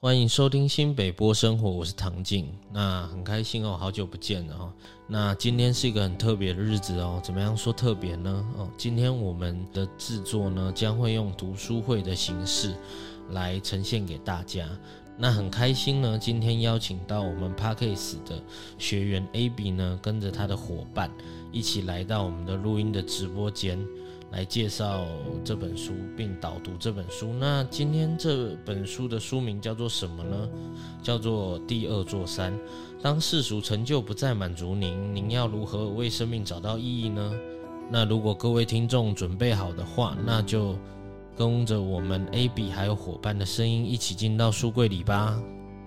欢迎收听新北波生活，我是唐静。那很开心好久不见了那今天是一个很特别的日子怎么样说特别呢？今天我们的制作呢将会用读书会的形式来呈现给大家。那很开心呢，今天邀请到我们 Podcast 的学员 AB 呢，跟着他的伙伴一起来到我们的录音的直播间，来介绍这本书并导读这本书。那今天这本书的书名叫做什么呢？叫做《第二座山》。当世俗成就不再满足您，您要如何为生命找到意义呢？那如果各位听众准备好的话，那就跟着我们 AB 还有伙伴的声音一起进到书柜里吧。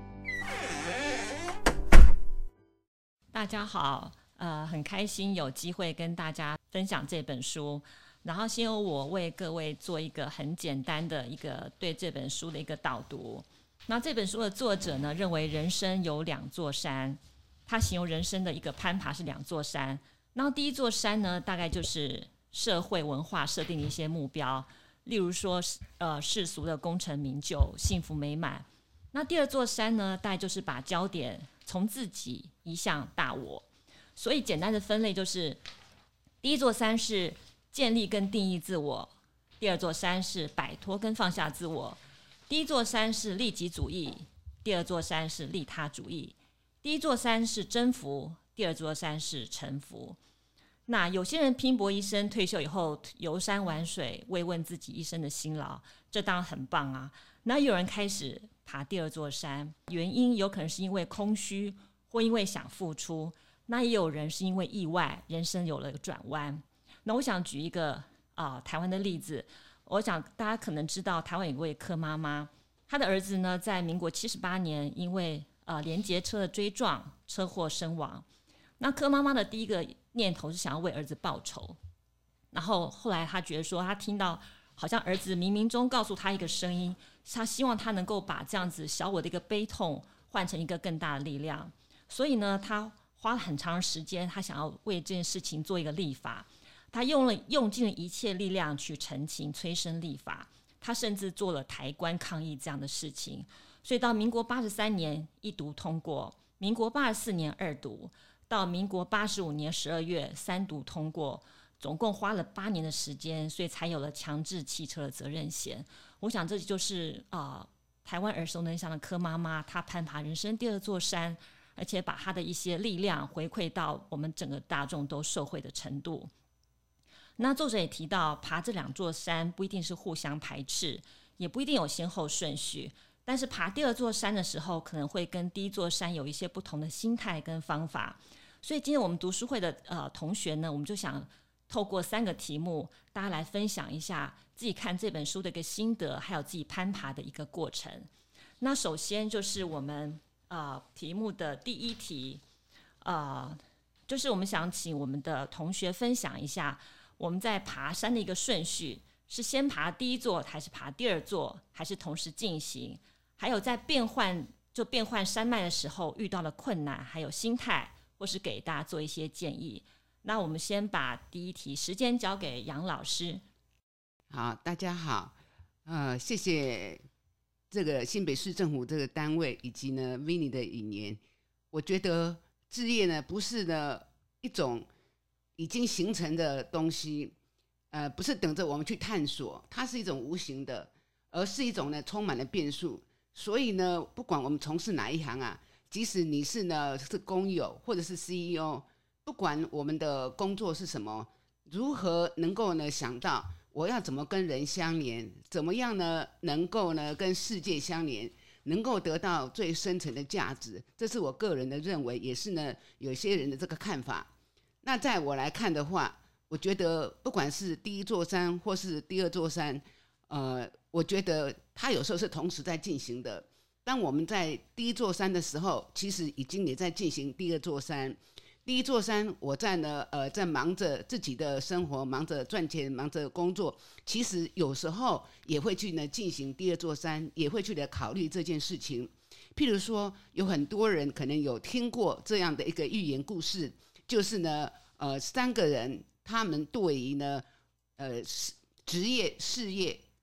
大家好，很开心有机会跟大家分享这本书。然后先由我为各位做一个很简单的一个对这本书的一个导读。那这本书的作者呢，认为人生有两座山，他形容人生的一个攀爬是两座山。然后第一座山呢，大概就是社会文化设定的一些目标，例如说世俗的功成名就、幸福美满。那第二座山呢，大概就是把焦点从自己移向大我。所以简单的分类就是，第一座山是建立跟定义自我，第二座山是摆脱跟放下自我。第一座山是利己主义，第二座山是利他主义。第一座山是征服，第二座山是臣服。那有些人拼搏一生，退休以后游山玩水，慰问自己一生的辛劳，这当然很棒啊。那有人开始爬第二座山，原因有可能是因为空虚，或因为想付出。那也有人是因为意外，人生有了个转弯。那我想举一个台湾的例子。我想大家可能知道，台湾有一位柯妈妈，她的儿子呢在民国78年因为连结车的追撞车祸身亡。那柯妈妈的第一个念头是想要为儿子报仇，然后后来她觉得说，她听到好像儿子冥冥中告诉她一个声音，她希望她能够把这样子小我的一个悲痛换成一个更大的力量。所以呢，她花了很长时间，她想要为这件事情做一个立法。他用尽了一切力量去陈情催生立法，他甚至做了抬棺抗议这样的事情。所以到民国83年一读通过，民国84年二读，到民国85年12月三读通过，总共花了8年的时间，所以才有了强制汽车的责任险。我想这就是台湾耳熟能详的柯妈妈，她攀爬人生第二座山，而且把她的一些力量回馈到我们整个大众都受惠的程度。那作者也提到，爬这两座山不一定是互相排斥，也不一定有先后顺序，但是爬第二座山的时候，可能会跟第一座山有一些不同的心态跟方法。所以今天我们读书会的同学呢，我们就想透过3个题目，大家来分享一下自己看这本书的一个心得，还有自己攀爬的一个过程。那首先就是我们题目的第一题，就是我们想请我们的同学分享一下，我们在爬山的一个顺序，是先爬第一座还是爬第二座，还是同时进行？还有在变换山脉的时候遇到了困难，还有心态，或是给大家做一些建议。那我们先把第一题时间交给杨老师。 好，大家好，谢谢这个新北市政府这个单位以及呢 Vinny 的引言。我觉得志业呢不是呢一种已经形成的东西，不是等着我们去探索，它是一种无形的，而是一种呢充满了变数。所以呢，不管我们从事哪一行啊，即使你是工友或者是 CEO， 不管我们的工作是什么，如何能够呢想到我要怎么跟人相连，怎么样呢能够呢跟世界相连，能够得到最深层的价值，这是我个人的认为，也是呢有些人的这个看法。那在我来看的话，我觉得不管是第一座山或是第二座山，我觉得它有时候是同时在进行的。当我们在第一座山的时候，其实已经也在进行第二座山。第一座山，我在忙着自己的生活，忙着赚钱，忙着工作，其实有时候也会去呢进行第二座山，也会去呢考虑这件事情。譬如说，有很多人可能有听过这样的一个寓言故事。就是呢，3个人他们对于呢，职业、事业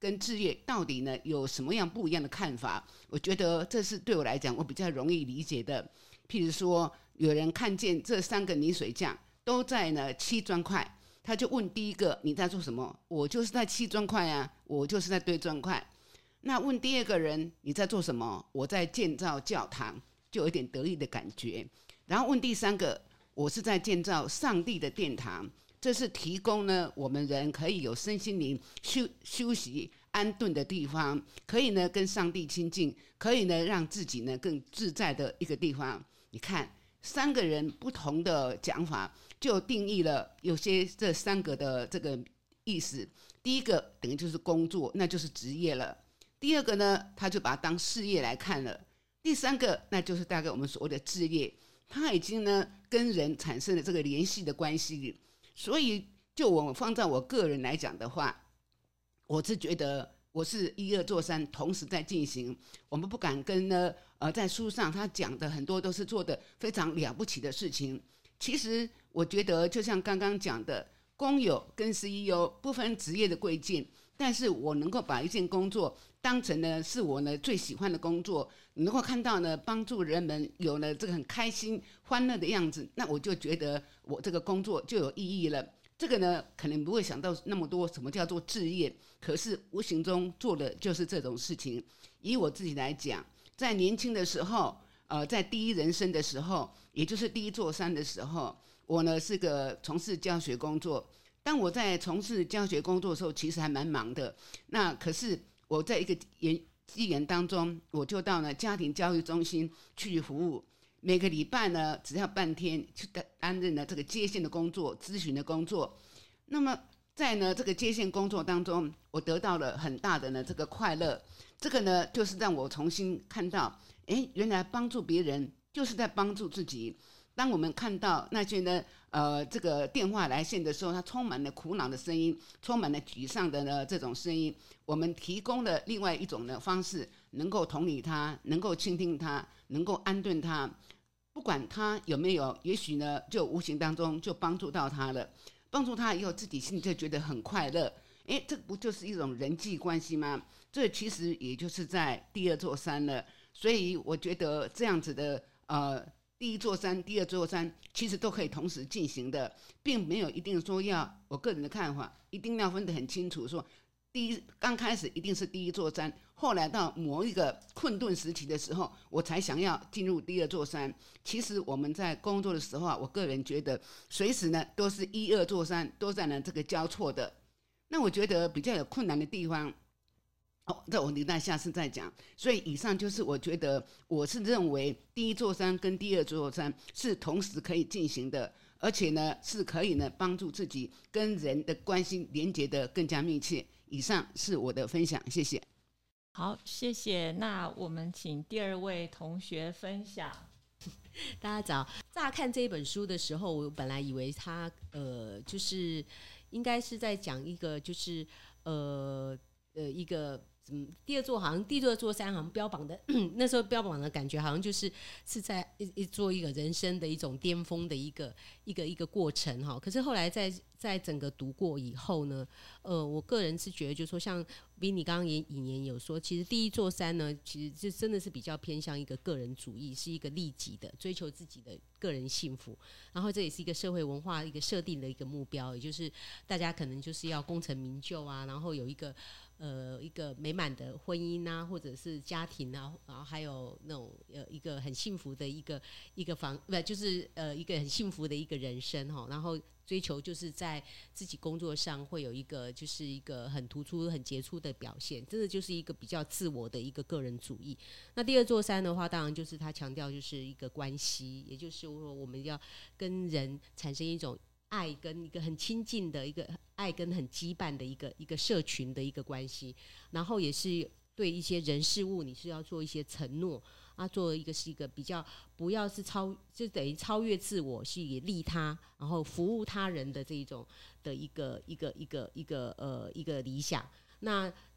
跟置业到底呢有什么样不一样的看法？我觉得这是对我来讲我比较容易理解的。譬如说，有人看见这3个泥水匠都在呢砌砖块，他就问第一个你在做什么？我就是在砌砖块啊，我就是在堆砖块。那问第二个人你在做什么？我在建造教堂，就有一点得意的感觉。然后问第3个，我是在建造上帝的殿堂，这是提供呢我们人可以有身心灵休息安顿的地方，可以呢跟上帝亲近，可以呢让自己呢更自在的一个地方。你看3个人不同的讲法，就定义了有些这3个的这个意思。第一个等于就是工作，那就是职业了。第二个呢，他就把它当事业来看了。第3个，那就是大概我们所谓的置业，他已经呢跟人产生了这个联系的关系。所以，就我放在我个人来讲的话，我是觉得我是一二做三同时在进行。我们不敢跟呢在书上他讲的很多都是做的非常了不起的事情。其实我觉得，就像刚刚讲的，工友跟 CEO 不分职业的贵贱，但是我能够把一件工作当成呢是我呢最喜欢的工作，能够看到呢帮助人们有了这个很开心欢乐的样子，那我就觉得我这个工作就有意义了。这个呢可能不会想到那么多什么叫做置业，可是无形中做的就是这种事情。以我自己来讲，在年轻的时候在第一人生的时候，也就是第一座山的时候，我呢是个从事教学工作。当我在从事教学工作的时候，其实还蛮忙的。那可是我在一个机缘当中，我就到呢家庭教育中心去服务。每个礼拜呢，只要半天去担任了这个接线的工作、咨询的工作。那么在呢这个接线工作当中，我得到了很大的呢这个快乐。这个呢，就是让我重新看到，原来帮助别人就是在帮助自己。当我们看到那些呢这个电话来线的时候，它充满了苦恼的声音，充满了沮丧的呢这种声音，我们提供了另外一种的方式，能够同理他，能够倾听他，能够安顿他。不管他有没有，也许呢就无形当中就帮助到他了。帮助他以后，自己心里就觉得很快乐。这不就是一种人际关系吗？这其实也就是在第二座山了。所以我觉得这样子的第一座山、第二座山其实都可以同时进行的，并没有一定说要，我个人的看法一定要分得很清楚，说刚开始一定是第一座山，后来到某一个困顿时期的时候，我才想要进入第二座山。其实我们在工作的时候我个人觉得随时呢都是一二座山都在呢这个交错的。那我觉得比较有困难的地方，这我留待下次再讲。所以以上就是我觉得我是认为第一座山跟第二座山是同时可以进行的，而且呢是可以呢帮助自己跟人的关系连结的更加密切。以上是我的分享，谢谢。 好，谢谢。那我们请第2位同学分享。 大家早。乍看这本书的时候，我本来以为他就是应该是在讲一个就是一个第二座山好像标榜的那时候标榜的感觉好像是在做一个人生的一种巅峰的一个过程哈。可是后来在整个读过以后呢，我个人是觉得就是说，像Vinny刚刚引言有说，其实第一座山呢，其实就真的是比较偏向一个个人主义，是一个利己的追求自己的个人幸福。然后这也是一个社会文化一个设定的一个目标，也就是大家可能就是要功成名就啊，然后有一个美满的婚姻啊，或者是家庭啊，然后还有那种一个很幸福的一个就是一个很幸福的一个人生哈。然后追求就是在自己工作上会有一个就是一个很突出很杰出的表现，真的就是一个比较自我的一个个人主义。那第二座山的话，当然就是他强调就是一个关系，也就是说我们要跟人产生一种爱跟一个很亲近的一个爱跟很羁绊的一个社群的一个关系，然后也是对一些人事物你是要做一些承诺啊，做一个是一个比较不要是就等于超越自我，是以利他然后服务他人的这一种的一个理想。那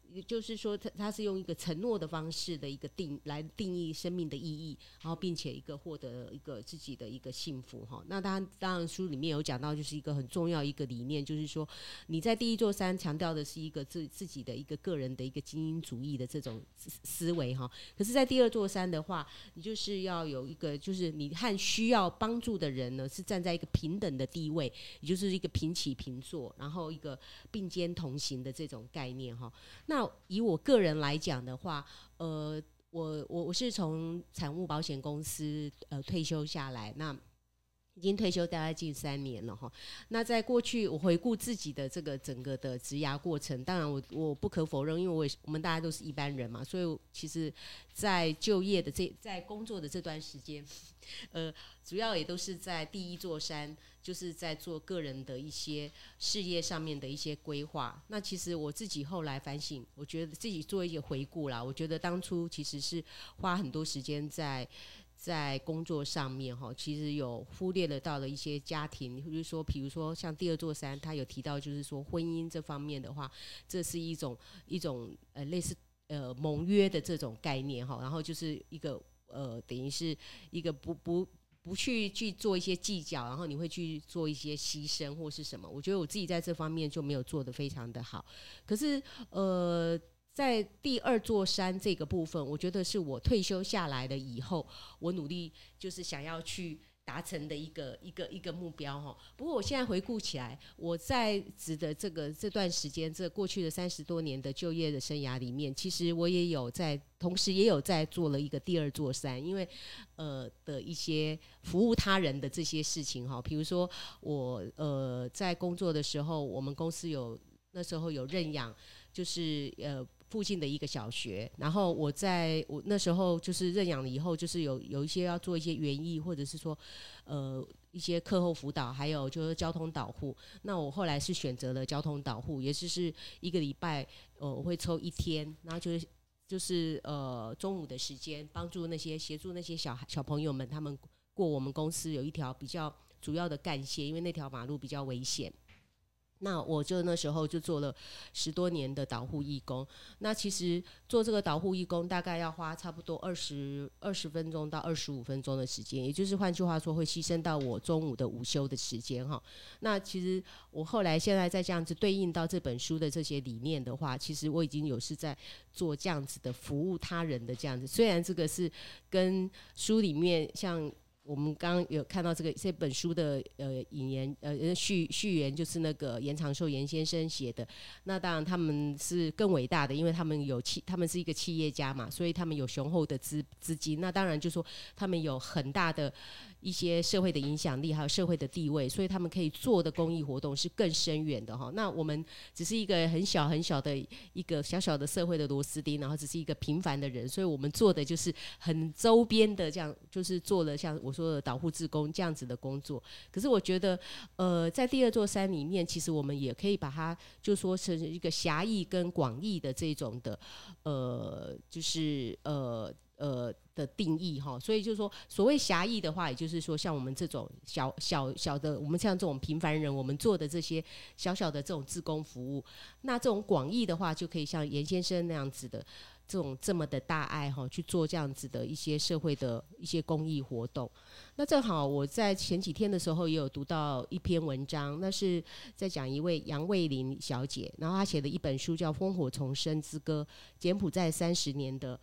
就是说他是用一个承诺的方式的一个来定义生命的意义，然后并且一个获得一个自己的一个幸福哈。那当然书里面有讲到，就是一个很重要一个理念，就是说你在第一座山强调的是一个自己的一个个人的一个精英主义的这种思维哈。可是，在第二座山的话，你就是要有一个，就是你和需要帮助的人呢是站在一个平等的地位，也就是一个平起平坐，然后一个并肩同行的这种概念哈。那以我个人来讲的话，我是从产物保险公司退休下来，那已经退休大概近3年了哈。那在过去我回顾自己的这个整个的职涯过程，当然我不可否认，因为我们大家都是一般人嘛，所以其实在就业的在工作的这段时间，主要也都是在第一座山，就是在做个人的一些事业上面的一些规划。那其实我自己后来反省，我觉得自己做一些回顾啦，我觉得当初其实是花很多时间在工作上面哈，其实有忽略了到了一些家庭，就是说，比如说像第二座山，他有提到就是说婚姻这方面的话，这是一种类似盟约的这种概念哈，然后就是一个等于是一个不去做一些计较，然后你会去做一些牺牲或是什么。我觉得我自己在这方面就没有做得非常的好。可是在第二座山这个部分，我觉得是我退休下来了以后，我努力就是想要去达成的一个目标哈。不过我现在回顾起来，我在职的这段时间，这过去的30多年的就业的生涯里面，其实我也有同时也有在做了一个第二座山，因为的一些服务他人的这些事情哈。比如说我在工作的时候，我们公司那时候有认养，就是附近的一个小学，然后我那时候就是认养了以后，就是有一些要做一些园艺，或者是说一些课后辅导，还有就是交通导护。那我后来是选择了交通导护，也就是1个礼拜我会抽1天，然后就是中午的时间，协助那些小朋友们，他们过我们公司有一条比较主要的干线，因为那条马路比较危险。那我就那时候就做了10多年的导护义工。那其实做这个导护义工大概要花差不多20分钟到25分钟的时间，也就是换句话说会牺牲到我中午的午休的时间哈。那其实我后来现在再这样子对应到这本书的这些理念的话，其实我已经有是在做这样子的服务他人的这样子。虽然这个是跟书里面像我们刚刚有看到这本书的引言序言，就是那个严长寿严先生写的。那当然他们是更伟大的，因为他们是一个企业家嘛，所以他们有雄厚的资金。那当然就说他们有很大的一些社会的影响力，还有社会的地位，所以他们可以做的公益活动是更深远的哈。那我们只是一个很小很小的一个小小的社会的螺丝钉，然后只是一个平凡的人，所以我们做的就是很周边的这样，就是做了像我说的导护志工这样子的工作。可是我觉得在第二座山里面，其实我们也可以把它就说成一个狭义跟广义的这种的就是的定义哈。所以就是说所谓狭义的话，也就是说像我们这种小的，我们像这种平凡人，我们做的这些小小的这种志工服务。那这种广义的话，就可以像严先生那样子的这么的大爱哈，去做这样子的一些社会的一些公益活动。那正好我在前几天的时候也有读到一篇文章，那是在讲一位杨卫林小姐，然后她写的一本书叫《烽火重生之歌：柬埔寨30年的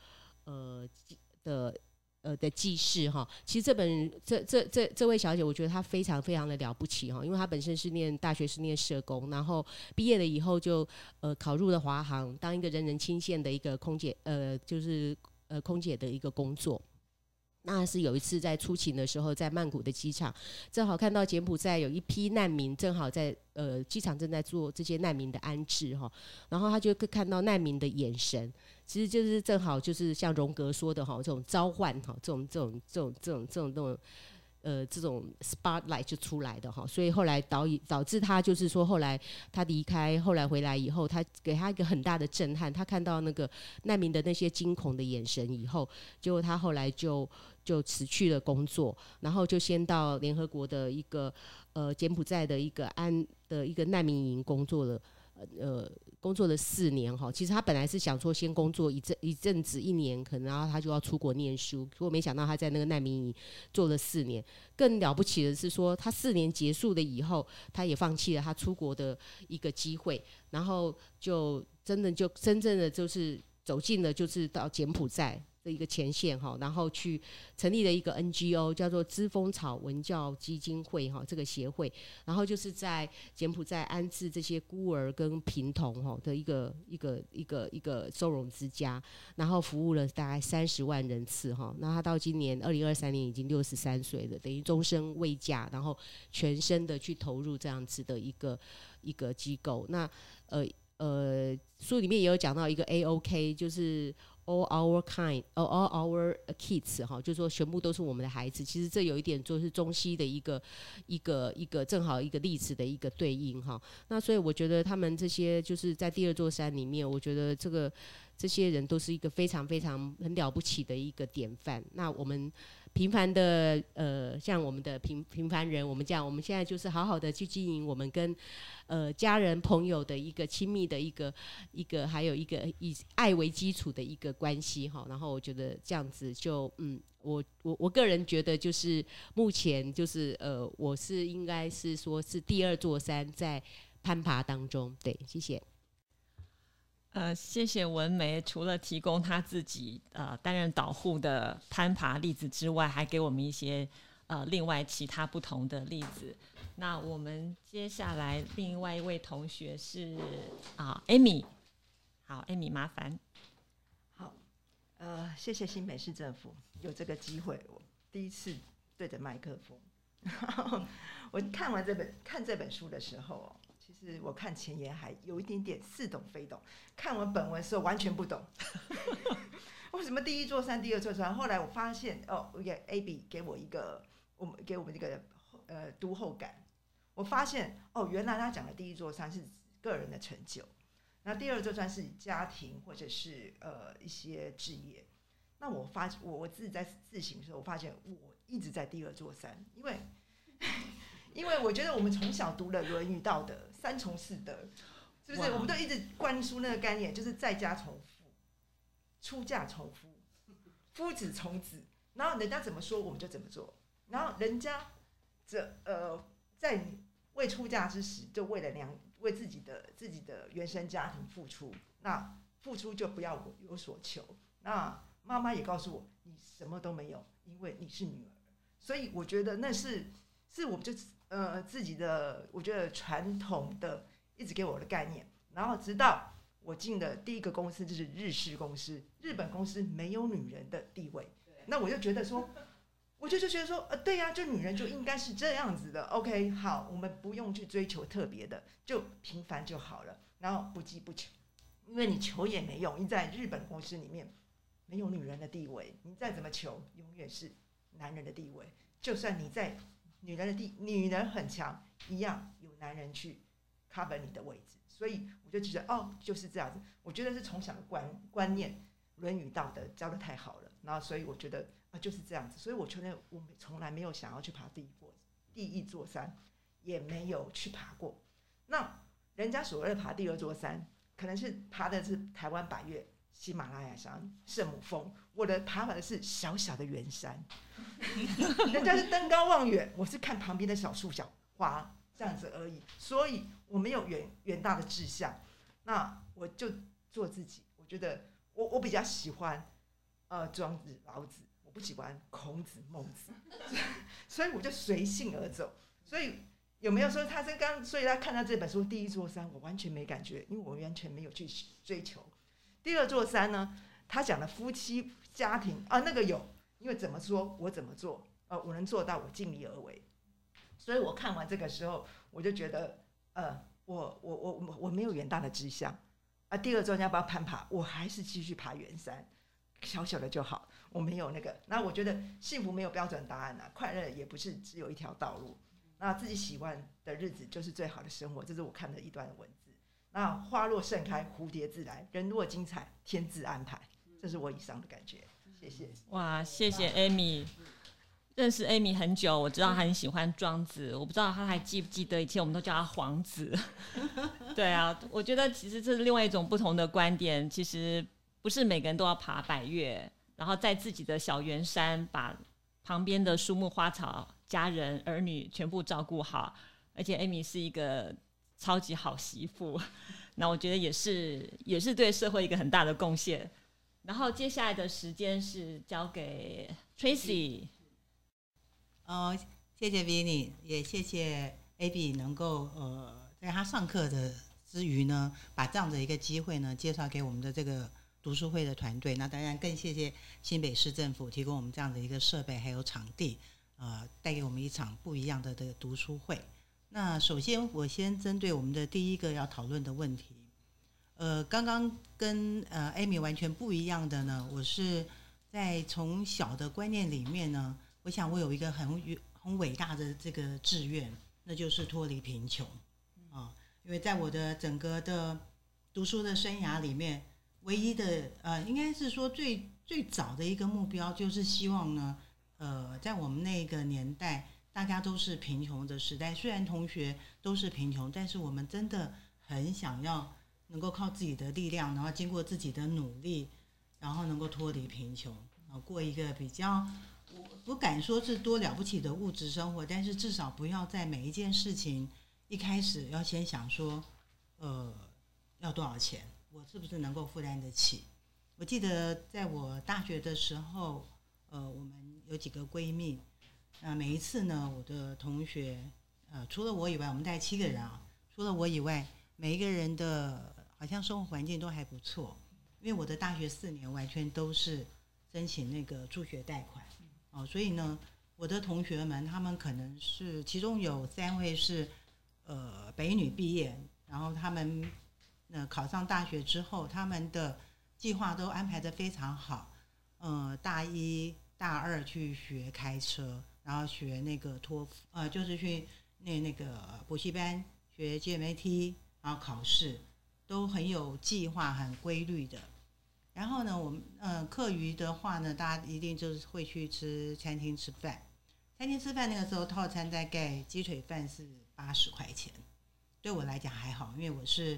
记事哈。其实这位小姐，我觉得她非常非常的了不起哈，因为她本身是大学是念社工，然后毕业了以后就考入了华航，当一个人人亲羡的一个空姐，就是空姐的一个工作。那是有一次在出勤的时候，在曼谷的机场，正好看到柬埔寨有一批难民，正好在机场正在做这些难民的安置哈，然后他就看到难民的眼神，其实就是正好就是像荣格说的哈，这种召唤哈，这种 spotlight 就出来的哈，所以后来导致他就是说，后来他离开，后来回来以后，他给他一个很大的震撼，他看到那个难民的那些惊恐的眼神以后，结果他后来就辞去了工作，然后就先到联合国的一个柬埔寨的一个难民营工作了工作了4年哈，其实他本来是想说先工作一阵子1年，可能然后他就要出国念书，结果没想到他在那个难民营做了4年。更了不起的是说，他4年结束了以后，他也放弃了他出国的一个机会，然后就真正的就是走进了就是到柬埔寨的一个前线哈，然后去成立了一个 NGO 叫做知风草文教基金会哈，这个协会，然后就是在柬埔寨安置这些孤儿跟贫童哈的一个收容之家，然后服务了大概30万人次哈。那他到今年2023年已经63岁了，等于终身未嫁，然后全身的去投入这样子的一个机构。那书里面也有讲到一个 AOK， 就是 all our kids 哈，就是说全部都是我们的孩子。其实这有一点就是中西的一个正好一个例子的一个对应哈。那所以我觉得他们这些就是在第2座山里面，我觉得这些人都是一个非常非常很了不起的一个典范。那我们平凡的像我们的平凡人，我们现在就是好好的去经营我们跟家人朋友的一个亲密的一个还有一个以爱为基础的一个关系哈。然后我觉得这样子就我个人觉得就是目前就是我是应该是说是第2座山在攀爬当中。对，谢谢。 谢谢文梅，除了提供他自己担任导护的攀爬例子之外，还给我们一些另外其他不同的例子。那我们接下来另外一位同学是Amy。好 ，Amy 麻烦。 好，谢谢新北市政府有这个机会，我第一次对着麦克风。我看这本书的时候，其实我看前言还有一点点似懂非懂，看完本文的时候完全不懂。为什么第1座山、第2座山？后来我发现，Abby 给我们这个读后感，我发现原来他讲的第1座山是个人的成就，那第2座山是家庭或者是一些志业。那我自己在自省的时候，我发现我一直在第2座山，因为我觉得我们从小读了《论语》《道德》3从4德，是不是？我们都一直灌输那个概念，就是在家从父，出嫁从夫，夫子从子。然后人家怎么说我们就怎么做，然后人家在未出嫁之时，就为自己的原生家庭付出，那付出就不要有所求。那妈妈也告诉我，你什么都没有，因为你是女儿。所以我觉得那是我们就自己的，我觉得传统的一直给我的概念。然后直到我进的第1个公司就是日式公司，日本公司没有女人的地位，那我就觉得说，对呀，就女人就应该是这样子的。OK， 好，我们不用去追求特别的，就平凡就好了。然后不急不求，因为你求也没用，你在日本公司里面没有女人的地位，你再怎么求，永远是男人的地位。就算你在女人很强，一样有男人去 cover 你的位置。所以我就觉得就是这样子。我觉得是从小的观念，《论语》《道德》教得太好了，然后所以我觉得就是这样子。所以我觉得我从来没有想要去爬第1座山，也没有去爬过。那人家所谓的爬第2座山，可能是爬的是台湾百岳、喜马拉雅山、圣母峰，我的爬法的是小小的圆山。人家是登高望远，我是看旁边的小树小花这样子而已。所以我没有远大的志向，那我就做自己。我觉得我比较喜欢庄子、老子，我不喜欢孔子、孟子，所以我就随性而走。所以有没有说所以他看到这本书第1座山，我完全没感觉，因为我完全没有去追求。第2座山呢，他讲的夫妻家庭那个有，因为怎么说我怎么做，我能做到，我尽力而为。所以我看完这个时候，我就觉得我没有远大的志向第2座要不要攀爬，我还是继续爬圆山，小小的就好，我没有那个。那我觉得幸福没有标准答案快乐也不是只有一条道路。那自己喜欢的日子就是最好的生活，这是我看的一段文字。那花若盛开，蝴蝶自来；人若精彩，天自安排。这是我以上的感觉，谢谢。 哇，谢谢 Amy。 认识 Amy 很久，我知道她很喜欢庄子，我不知道她还记不记得以前我们都叫她皇子。对啊，我觉得其实这是另外一种不同的观点，其实不是每个人都要爬百岳，然后在自己的小圆山把旁边的树木花草、家人儿女全部照顾好，而且 Amy 是一个超级好媳妇，那我觉得也是对社会一个很大的贡献。然后接下来的时间是交给 Tracy。 谢谢 Vinny， 也谢谢 Abby 能够在他上课的之余呢，把这样的一个机会呢介绍给我们的这个读书会的团队。那当然更谢谢新北市政府提供我们这样的一个设备还有场地，带给我们一场不一样的这个读书会。那首先我先针对我们的第一个要讨论的问题，刚刚跟Amy 完全不一样的呢，我是在从小的观念里面呢，我想我有一个很伟大的这个志愿，那就是脱离贫穷啊。因为在我的整个的读书的生涯里面，唯一的应该是说最早的一个目标，就是希望呢，在我们那个年代，大家都是贫穷的时代，虽然同学都是贫穷，但是我们真的很想要能够靠自己的力量，然后经过自己的努力，然后能够脱离贫穷，过一个比较我不敢说是多了不起的物质生活，但是至少不要在每一件事情一开始要先想说要多少钱，我是不是能够负担得起。我记得在我大学的时候，我们有几个闺蜜，每一次呢，我的同学除了我以外，我们大概7个人啊，除了我以外，每一个人的好像生活环境都还不错，因为我的大学4年完全都是申请那个助学贷款，所以呢，我的同学们他们可能是其中有3位是北女毕业，然后他们考上大学之后，他们的计划都安排得非常好，大1、大2去学开车，然后学那个托福，就是去那个补习班学 GMAT， 然后考试都很有计划、很规律的。然后呢，我们课余的话呢，大家一定就是会去吃餐厅吃饭。餐厅吃饭那个时候套餐大概鸡腿饭是80块钱，对我来讲还好，因为我是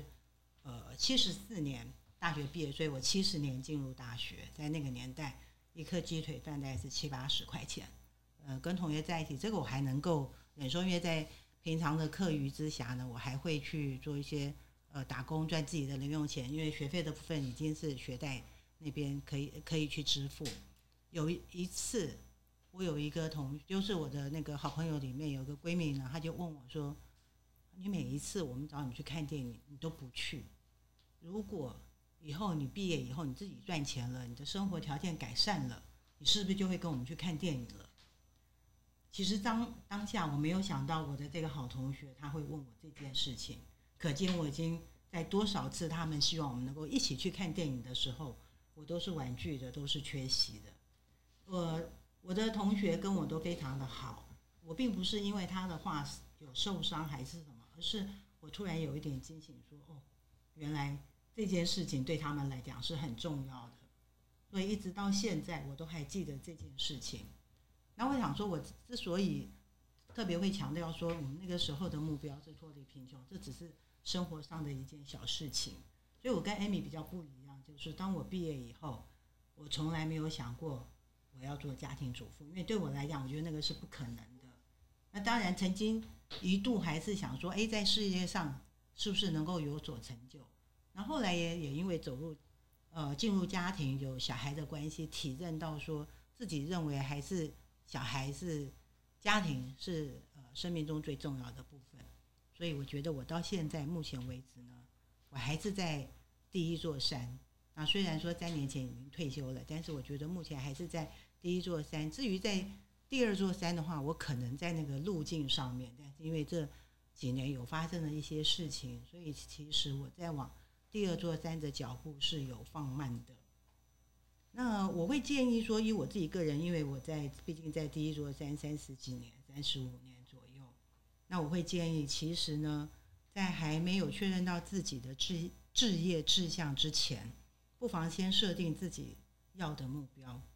74年大学毕业，所以我70年进入大学，在那个年代一颗鸡腿饭大概是70-80块钱。跟同学在一起，这个我还能够忍受，因为在平常的课余之暇呢，我还会去做一些打工赚自己的零用钱，因为学费的部分已经是学贷那边可以去支付。有一次，我有一个就是我的那个好朋友里面有个闺蜜呢，她就问我说：“你每一次我们找你去看电影，你都不去。如果以后你毕业以后你自己赚钱了，你的生活条件改善了，你是不是就会跟我们去看电影了？”其实当下我没有想到我的这个好同学他会问我这件事情，可见我已经在多少次他们希望我们能够一起去看电影的时候，我都是婉拒的，都是缺席的。我的同学跟我都非常的好，我并不是因为他的话有受伤还是什么，而是我突然有一点惊醒说，原来这件事情对他们来讲是很重要的，所以一直到现在我都还记得这件事情。那我想说，我之所以特别会强调说我们那个时候的目标是脱离贫穷，这只是生活上的一件小事情。所以我跟 Amy 比较不一样，就是当我毕业以后，我从来没有想过我要做家庭主妇，因为对我来讲，我觉得那个是不可能的。那当然曾经一度还是想说，在事业上是不是能够有所成就。然后后来也因为进入家庭有小孩的关系，体认到说自己认为还是小孩是家庭是生命中最重要的部分。所以我觉得我到现在目前为止呢，我还是在第一座山。那虽然说3年前已经退休了，但是我觉得目前还是在第一座山。至于在第2座山的话，我可能在那个路径上面，但是因为这几年有发生了一些事情，所以其实我在往第2座山的脚步是有放慢的。那我会建议说，以我自己个人，因为我毕竟在第一座山30几年，35年左右，那我会建议，其实呢，在还没有确认到自己的志业志向之前，不妨先设定自己要的目标。那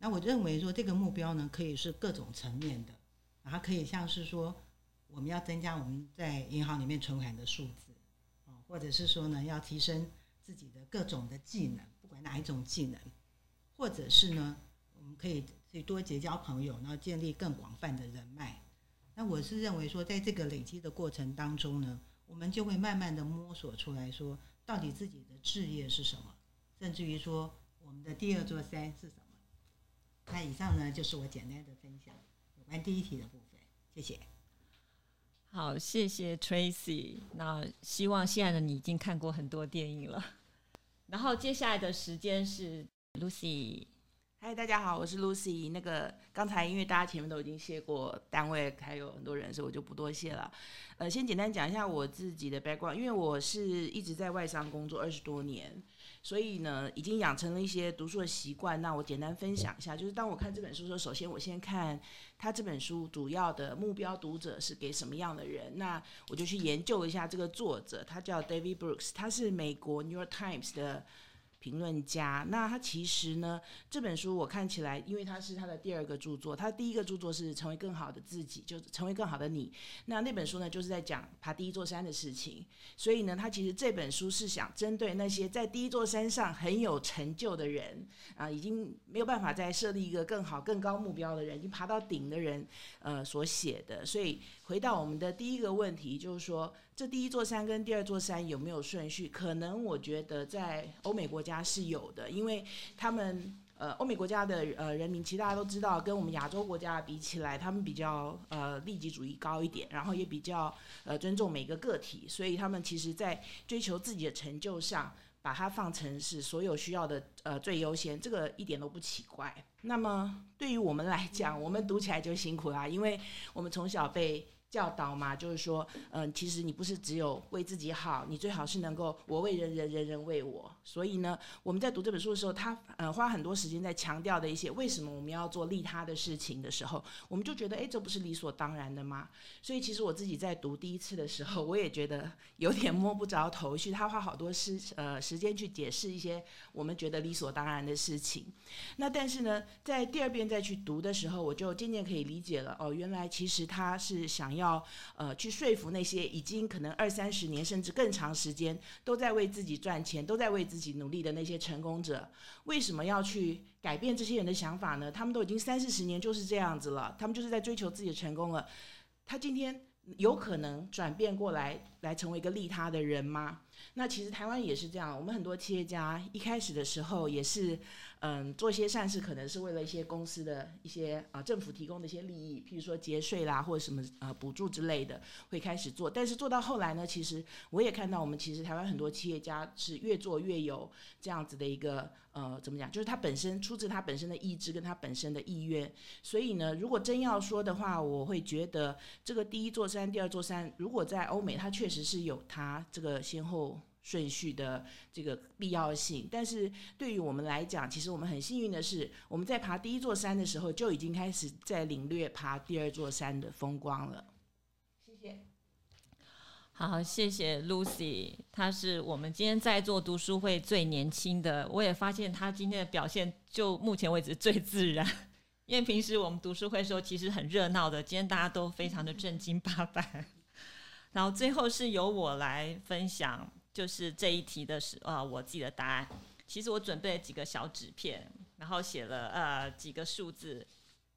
那我认为说这个目标呢，可以是各种层面的，然后可以像是说我们要增加我们在银行里面存款的数字，或者是说呢要提升自己的各种的技能，不管哪一种技能，或者是呢我们可以多结交朋友，然后建立更广泛的人脉。那我是认为说，在这个累积的过程当中呢，我们就会慢慢的摸索出来说，到底自己的志业是什么，甚至于说我们的第二座山是什么。那以上呢就是我简单的分享有关第一题的部分，谢谢。 好，谢谢 Tracy。那希望现在的你已经看过很多电影了。然后接下来的时间是 Lucy。 嗨，大家好，我是 Lucy。刚才因为大家前面都已经谢过单位，还有很多人，所以我就不多谢了。先简单讲一下我自己的 background， 因为我是一直在外商工作20多年，所以呢已经养成了一些读书的习惯。那我简单分享一下，就是当我看这本书的时候，首先我先看他这本书主要的目标读者是给什么样的人，那我就去研究一下这个作者，他叫 David Brooks， 他是美国 New York Times 的评论家。那他其实呢，这本书我看起来，因为他是他的第二个著作，他第一个著作是成为更好的自己，就成为更好的你。那本书呢，就是在讲爬第一座山的事情。所以呢，他其实这本书是想针对那些在第一座山上很有成就的人已经没有办法再设立一个更好更高目标的人，已经爬到顶的人所写的。所以回到我们的第一个问题，就是说这第一座山跟第二座山有没有顺序？可能我觉得在欧美国家是有的，因为他们欧美国家的人民，其实大家都知道，跟我们亚洲国家比起来，他们比较利己主义高一点，然后也比较尊重每个个体，所以他们其实在追求自己的成就上，把它放成是所有需要的最优先，这个一点都不奇怪。那么对于我们来讲，我们读起来就辛苦啦，因为我们从小被教导嘛，就是说其实你不是只有为自己好，你最好是能够我为人人，人人为我。所以呢，我们在读这本书的时候，他花很多时间在强调的一些为什么我们要做利他的事情的时候，我们就觉得这不是理所当然的吗？所以其实我自己在读第一次的时候，我也觉得有点摸不着头绪，他花好多时间去解释一些我们觉得理所当然的事情。那但是呢，在第二遍再去读的时候，我就渐渐可以理解了，原来其实他是想要去说服那些已经可能20-30年甚至更长时间都在为自己赚钱，都在为自己努力的那些成功者，为什么要去改变这些人的想法呢？他们都已经30-40年就是这样子了，他们就是在追求自己的成功了，他今天有可能转变过来成为一个利他的人吗？那其实台湾也是这样，我们很多企业家一开始的时候也是做一些善事，可能是为了一些公司的一些政府提供的一些利益，譬如说节税啦或者什么补助之类的会开始做。但是做到后来呢，其实我也看到我们其实台湾很多企业家是越做越有这样子的一个怎么讲，就是他本身出自他本身的意志跟他本身的意愿。所以呢，如果真要说的话，我会觉得这个第一座山第二座山，如果在欧美它确实是有它这个先后顺序的这个必要性，但是对于我们来讲，其实我们很幸运的是，我们在爬第一座山的时候就已经开始在领略爬第二座山的风光了。谢谢。 好，谢谢 Lucy， 她是我们今天在座读书会最年轻的，我也发现她今天的表现就目前为止最自然，因为平时我们读书会的时候其实很热闹的，今天大家都非常的正经八百。然后最后是由我来分享，就是这一题的我自己的答案。其实我准备了几个小纸片，然后写了几个数字，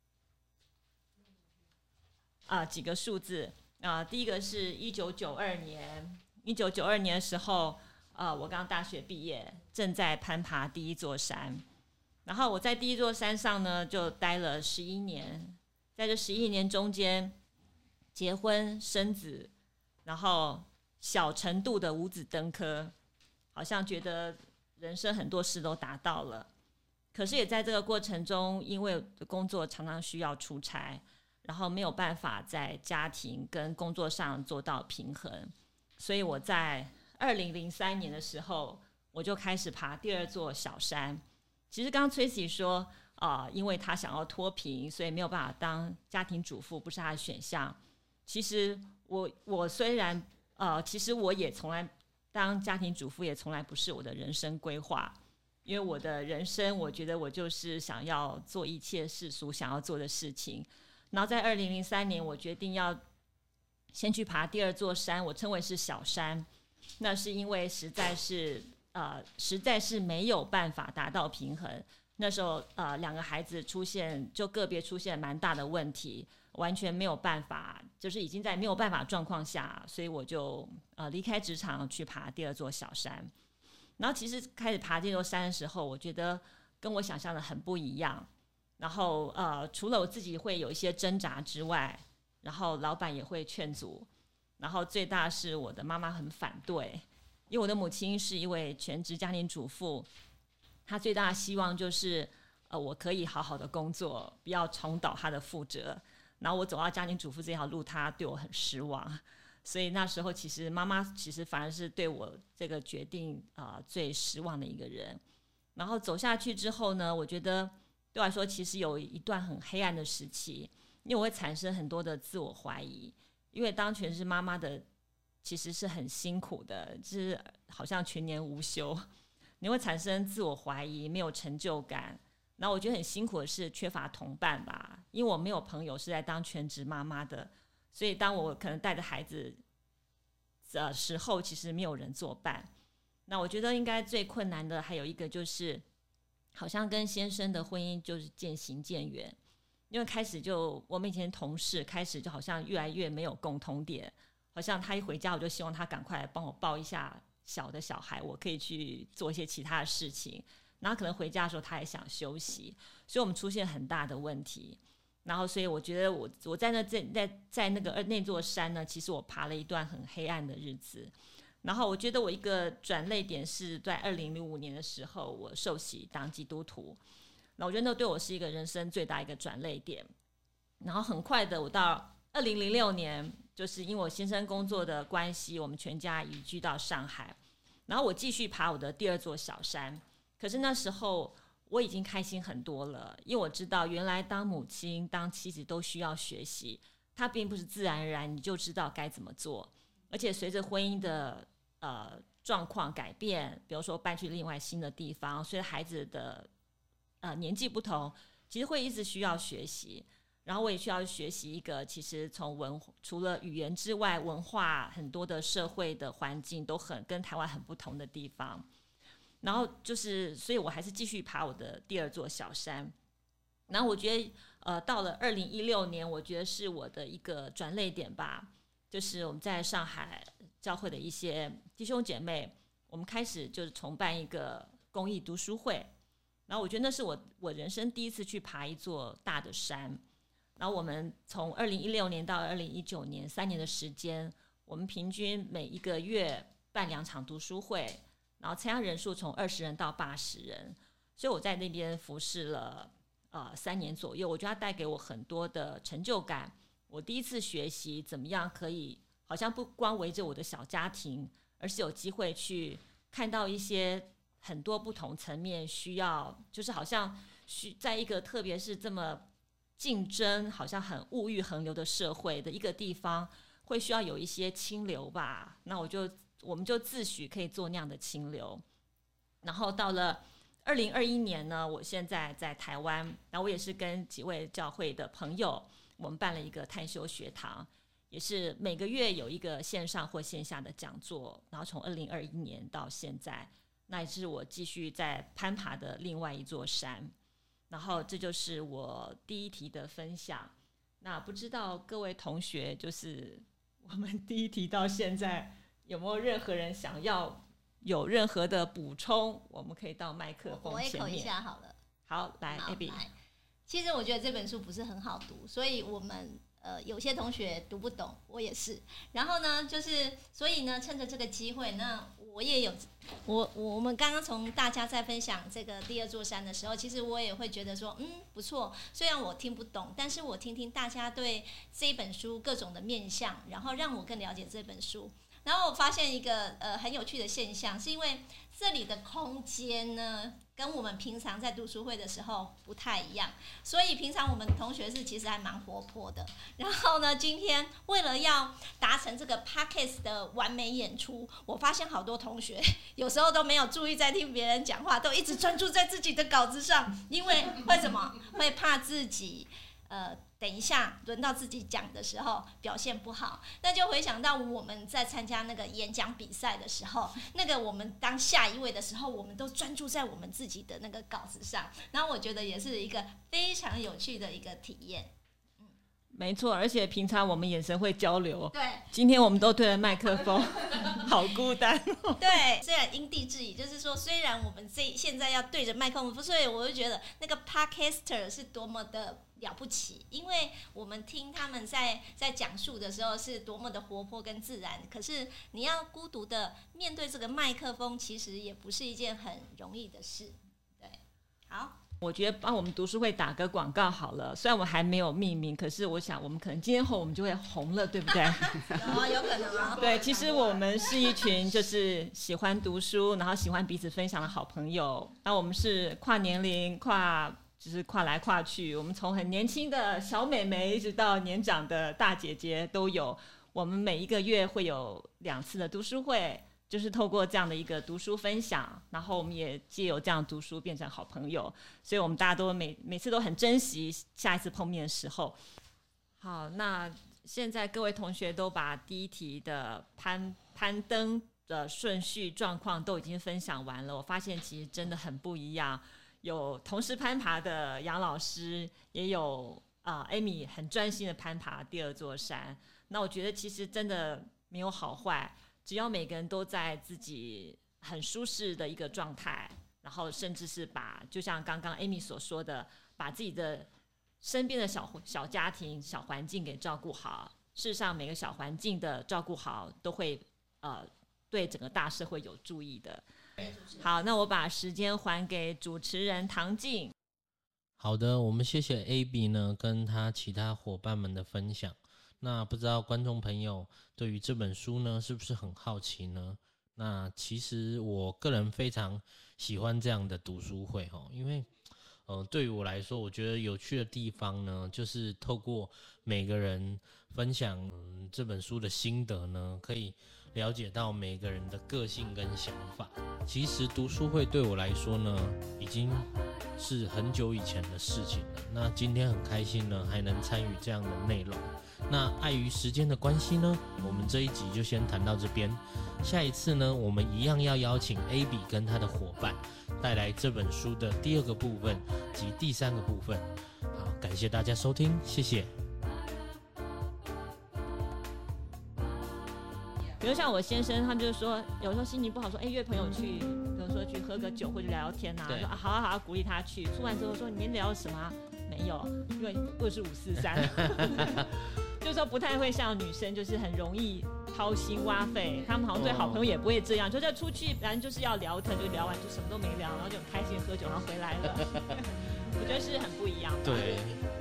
第一个是1992年，1992年的时候，我刚大学毕业，正在攀爬第一座山。然后我在第一座山上呢，就待了11年，在这11年中间，结婚生子，然后小程度的五子登科，好像觉得人生很多事都达到了。可是也在这个过程中，因为工作常常需要出差，然后没有办法在家庭跟工作上做到平衡，所以我在2003年的时候，我就开始爬第二座小山。其实刚刚 Tracy 说因为他想要脱贫，所以没有办法当家庭主妇，不是他的选项。其实我虽然其实我也从来当家庭主妇也从来不是我的人生规划， 因为我的人生，我觉得我就是想要做一切世俗想要做的事情。然后在2003年，我决定要先去爬第二座山，我称为是小山。那是因为实在是没有办法达到平衡。那时候两个孩子就个别出现蛮大的问题，完全没有办法，就是已经在没有办法状况下，所以我就离开职场去爬第二座小山。然后其实开始爬这座山的时候，我觉得跟我想象的很不一样。然后除了我自己会有一些挣扎之外，然后老板也会劝阻，然后最大是我的妈妈很反对，因为我的母亲是一位全职家庭主妇，她最大的希望就是我可以好好的工作，不要重蹈她的覆辙。然后我走到家庭主妇这条路，她对我很失望，所以那时候其实妈妈反而是对我这个决定最失望的一个人。然后走下去之后呢，我觉得对我来说其实有一段很黑暗的时期，因为我会产生很多的自我怀疑，因为当全职妈妈的其实是很辛苦的，就是好像全年无休，你会产生自我怀疑，没有成就感。然后我觉得很辛苦的是缺乏同伴吧，因为我没有朋友是在当全职妈妈的，所以当我可能带着孩子的时候，其实没有人作伴。那我觉得应该最困难的还有一个就是，好像跟先生的婚姻就是渐行渐远，因为开始就我们以前同事开始就好像越来越没有共同点，好像他一回家我就希望他赶快帮我抱一下小的小孩，我可以去做一些其他的事情。然后可能回家的时候他也想休息，所以我们出现很大的问题。然后所以我觉得我在那座山呢，其实我爬了一段很黑暗的日子。然后我觉得我一个转捩点是在2005年的时候，我受洗当基督徒。那我觉得那对我是一个人生最大一个转捩点。然后很快的，我到2006年，就是因为我先生工作的关系，我们全家移居到上海。然后我继续爬我的第二座小山。可是那时候我已经开心很多了，因为我知道原来当母亲当妻子都需要学习，它并不是自然而然你就知道该怎么做。而且随着婚姻的状况改变，比如说搬去另外新的地方，随着孩子的年纪不同，其实会一直需要学习。然后我也需要学习一个其实除了语言之外，文化很多的社会的环境都跟台湾很不同的地方。然后就是所以我还是继续爬我的第二座小山。然后我觉得到了2016年，我觉得是我的一个转捩点吧，就是我们在上海教会的一些弟兄姐妹，我们开始就是重办一个公益读书会。然后我觉得那是我人生第一次去爬一座大的山。然后我们从2016年到2019年3年的时间，我们平均每一个月办2场读书会，然后参加人数从20人到80人，所以我在那边服侍了3年左右。我觉得它带给我很多的成就感。我第一次学习怎么样可以好像不光围着我的小家庭，而是有机会去看到一些很多不同层面需要，就是好像在一个特别是这么竞争好像很物欲横流的社会的一个地方，会需要有一些清流吧。那我们就自诩可以做那样的清流。然后到了2021年呢，我现在在台湾，然后我也是跟几位教会的朋友，我们办了一个探修学堂，也是每个月有一个线上或线下的讲座。然后从2021年到现在，那也是我继续在攀爬的另外一座山。然后这就是我第一题的分享。那不知道各位同学，就是我们第一题到现在有没有任何人想要有任何的补充？我们可以到麦克风前面。 我口一下好了。 好，来 Abby。 其实我觉得这本书不是很好读，所以我们有些同学读不懂，我也是。然后呢，就是所以呢，趁着这个机会，那我也有我们刚刚从大家在分享这个第二座山的时候，其实我也会觉得说，不错。虽然我听不懂，但是我听听大家对这一本书各种的面向，然后让我更了解这本书。然后我发现一个很有趣的现象，是因为这里的空间呢， 跟我们平常在读书会的时候不太一样，所以平常我们同学是其实还蛮活泼的。然后呢，今天为了要达成这个 Podcast 的完美演出，我发现好多同学有时候都没有注意在听别人讲话，都一直专注在自己的稿子上，因为为什么？会怕自己等一下轮到自己讲的时候表现不好，那就回想到我们在参加那个演讲比赛的时候，那个我们当下一位的时候，我们都专注在我们自己的那个稿子上，然后我觉得也是一个非常有趣的一个体验。 没错，而且平常我们眼神会交流， 对， 今天我们都对着麦克风，好孤单哦。 对，虽然因地制宜，就是说，虽然我们现在要对着麦克风，所以我就觉得那个 podcaster 是多么的了不起，因为我们听他们在讲述的时候是多么的活泼跟自然，可是你要孤独的面对这个麦克风，其实也不是一件很容易的事。对，好。 我觉得帮我们读书会打个广告好了，虽然我们还没有命名，可是我想我们可能今天后我们就会红了，对不对？ 有可能啊。 对，其实我们是一群就是喜欢读书，然后喜欢彼此分享的好朋友。那我们是跨年龄、就是跨来跨去，我们从很年轻的小妹妹一直到年长的大姐姐都有。我们每一个月会有2次的读书会。就是透过这样的一个读书分享，然后我们也藉由这样读书变成好朋友，所以我们大家都每次都很珍惜下一次碰面的时候。好，那现在各位同学都把第一题的攀登的顺序状况都已经分享完了，我发现其实真的很不一样，有同时攀爬的杨老师，也有Amy 很专心的攀爬第2座山。那我觉得其实真的没有好坏。只要每个人都在自己很舒适的一个状态，然后甚至是就像刚刚 Amy 所说的，把自己的身边的小家庭、小环境给照顾好。事实上，每个小环境的照顾好，都会对整个大社会有注意的。好，那我把时间还给主持人唐静。 好的，我们谢谢 AB 呢跟他其他伙伴们的分享。那不知道观众朋友对于这本书呢是不是很好奇呢？那其实我个人非常喜欢这样的读书会因为对于我来说，我觉得有趣的地方呢，就是透过每个人分享这本书的心得呢，可以了解到每个人的个性跟想法。其实读书会对我来说呢，已经是很久以前的事情了。那今天很开心呢，还能参与这样的内容。那碍于时间的关系呢，我们这一集就先谈到这边。下一次呢，我们一样要邀请 AB 跟他的伙伴带来这本书的第2个部分及第3个部分。好，感谢大家收听，谢谢。 比如像我先生，他们就说，有时候心情不好，说，约朋友去，比如说去喝个酒或者聊聊天啊，说好啊好啊，鼓励他去。出完之后说，你们聊什么？没有，因为2543，就是说不太会像女生，就是很容易掏心挖肺。他们好像对好朋友也不会这样，就是出去，反正就是要聊天，就聊完就什么都没聊，然后就很开心喝酒，然后回来了。我觉得是很不一样的。 对。